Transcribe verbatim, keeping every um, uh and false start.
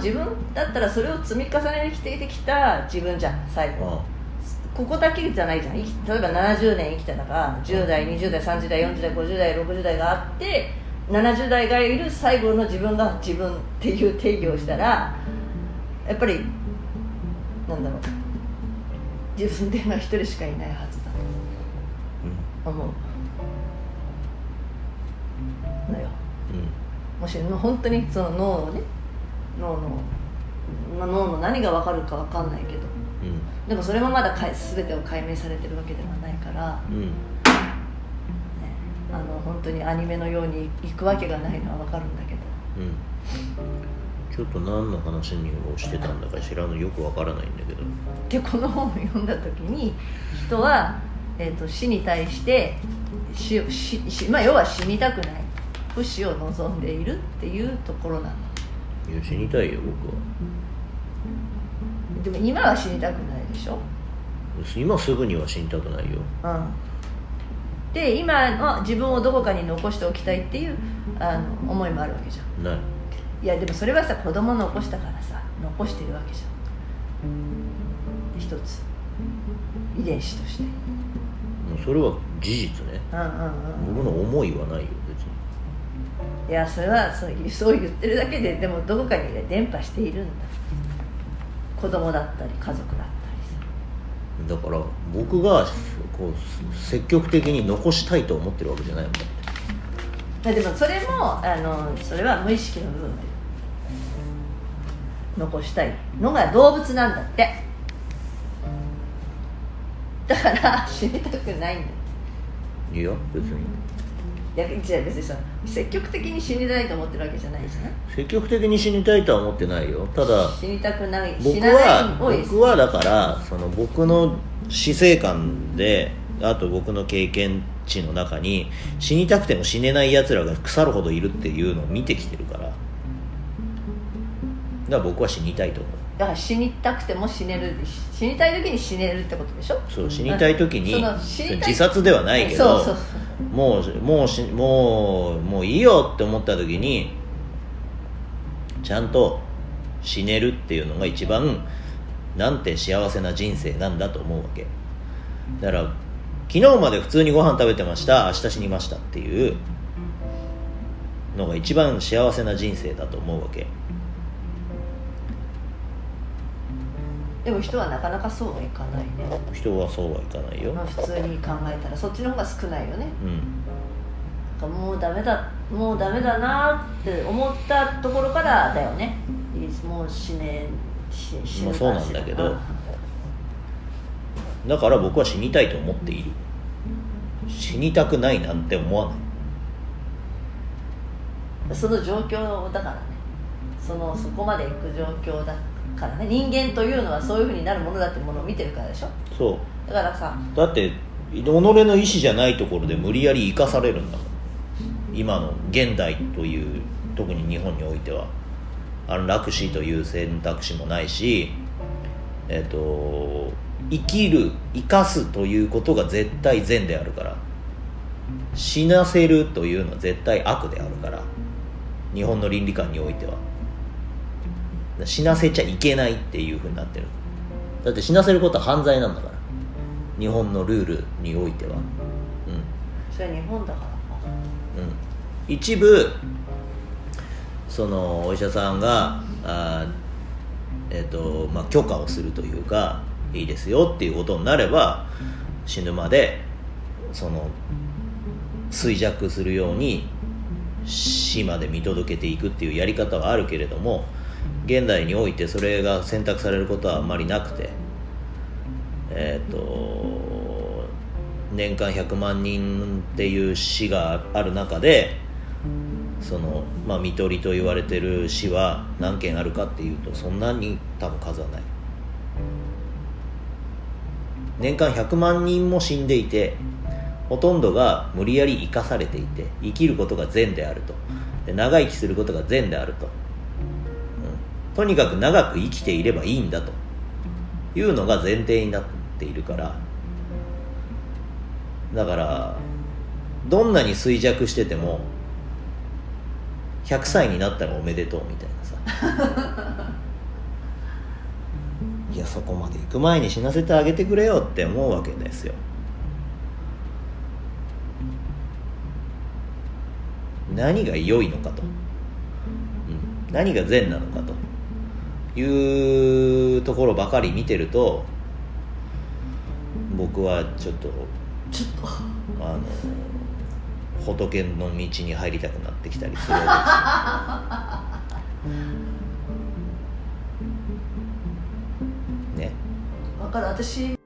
自分だったらそれを積み重ねてきた自分じゃん最後、うん、ここだけじゃないじゃん。例えばななじゅうねん生きた中じゅう代にじゅう代さんじゅう代よんじゅう代ごじゅう代ろくじゅう代があってななじゅう代がいる最後の自分が自分っていう定義をしたらやっぱりなんだろう自分っていうのは一人しかいないはずだと思うのよ、うん、もし本当にその脳のね脳の脳の何が分かるか分かんないけど、うん、でもそれもまだ全てを解明されてるわけではないから、うんね、あの本当にアニメのようにいくわけがないのは分かるんだけど、 うん、ちょっと何の話をしてたんだか知らぬよく分からないんだけどでこの本を読んだ時に人は、えーと、死に対して死死死、まあ、要は死にたくない不死を望んでいるっていうところなの。 いや死にたいよ僕は。 でも今は死にたくないでしょ。 今すぐには死にたくないよ、 うん、で今の自分をどこかに残しておきたいっていうあの思いもあるわけじゃん。 ない。 いやでもそれはさ子供残したからさ残してるわけじゃん。一つ遺伝子としてそれは事実ね、 うんうんうん、 僕の思いはないよ別に。 いやそれはそう、そう言ってるだけででもどこかに、ね、伝播しているんだ。子供だったり家族だったりさ。だから僕がこう積極的に残したいと思ってるわけじゃないもんだって。 でもそれもあのそれは無意識の部分で残したいのが動物なんだって。だから死にたくないんだ。 いや別に。 いや別にさ積極的に死にたいと思ってるわけじゃないじゃない。 積極的に死にたいとは思ってないよ。ただ死にたくない僕は僕はだからその僕の死生観であと僕の経験値の中に死にたくても死ねない奴らが腐るほどいるっていうのを見てきてるから、だから僕は死にたいと思う。 だから死にたくても死ねる、死にたい時に死ねるってことでしょ。 そう死にたい時に、 うん、 自殺ではないけど、そうそうそうもうもうしもうもういいよって思った時にちゃんと死ねるっていうのが一番なんて幸せな人生なんだと思うわけだから、昨日まで普通にご飯食べてました明日死にましたっていうのが一番幸せな人生だと思うわけ。 でも人はなかなかそうはいかないね。 人はそうはいかないよ、 まあ、普通に考えたらそっちの方が少ないよね、うん、なんかもうダメだもうダメだなって思ったところからだよね。もう死ね死ぬかそうなんだけど、だから僕は死にたいと思っている。死にたくないなんて思わない。 その状況だからね。そのそこまで行く状況だからね。人間というのはそういう風になるものだってものを見てるからでしょ。 そうだからさ、 だって己の意思じゃないところで無理やり生かされるんだもん。今の現代という特に日本においては安楽死という選択肢もないし、えっと生きる生かすということが絶対善であるから、死なせるというのは絶対悪であるから、日本の倫理観においては死なせちゃいけないっていう風になってる。だって死なせることは犯罪なんだから、日本のルールにおいては、うん、 それは日本だからか、 うん、一部そのお医者さんがあ、えーとまあ、許可をするというかいいですよっていうことになれば死ぬまでその衰弱するように死まで見届けていくっていうやり方はあるけれども、現代においてそれが選択されることはあんまりなくて、えーと年間ひゃくまんにんっていう死がある中でその、まあ、看取りと言われてる死は何件あるかっていうとそんなに多分数はない。年間ひゃくまんにんも死んでいてほとんどが無理やり生かされていて生きることが善であると、で長生きすることが善であると、うん、とにかく長く生きていればいいんだというのが前提になっているから、だからどんなに衰弱しててもひゃくさいになったらおめでとうみたいなさそこまで行く前に死なせてあげてくれよって思うわけですよ。何が良いのかと、うん、何が善なのかというところばかり見てると、僕はちょっとちょっとあの仏の道に入りたくなってきたりするわけですよね。 分かる。私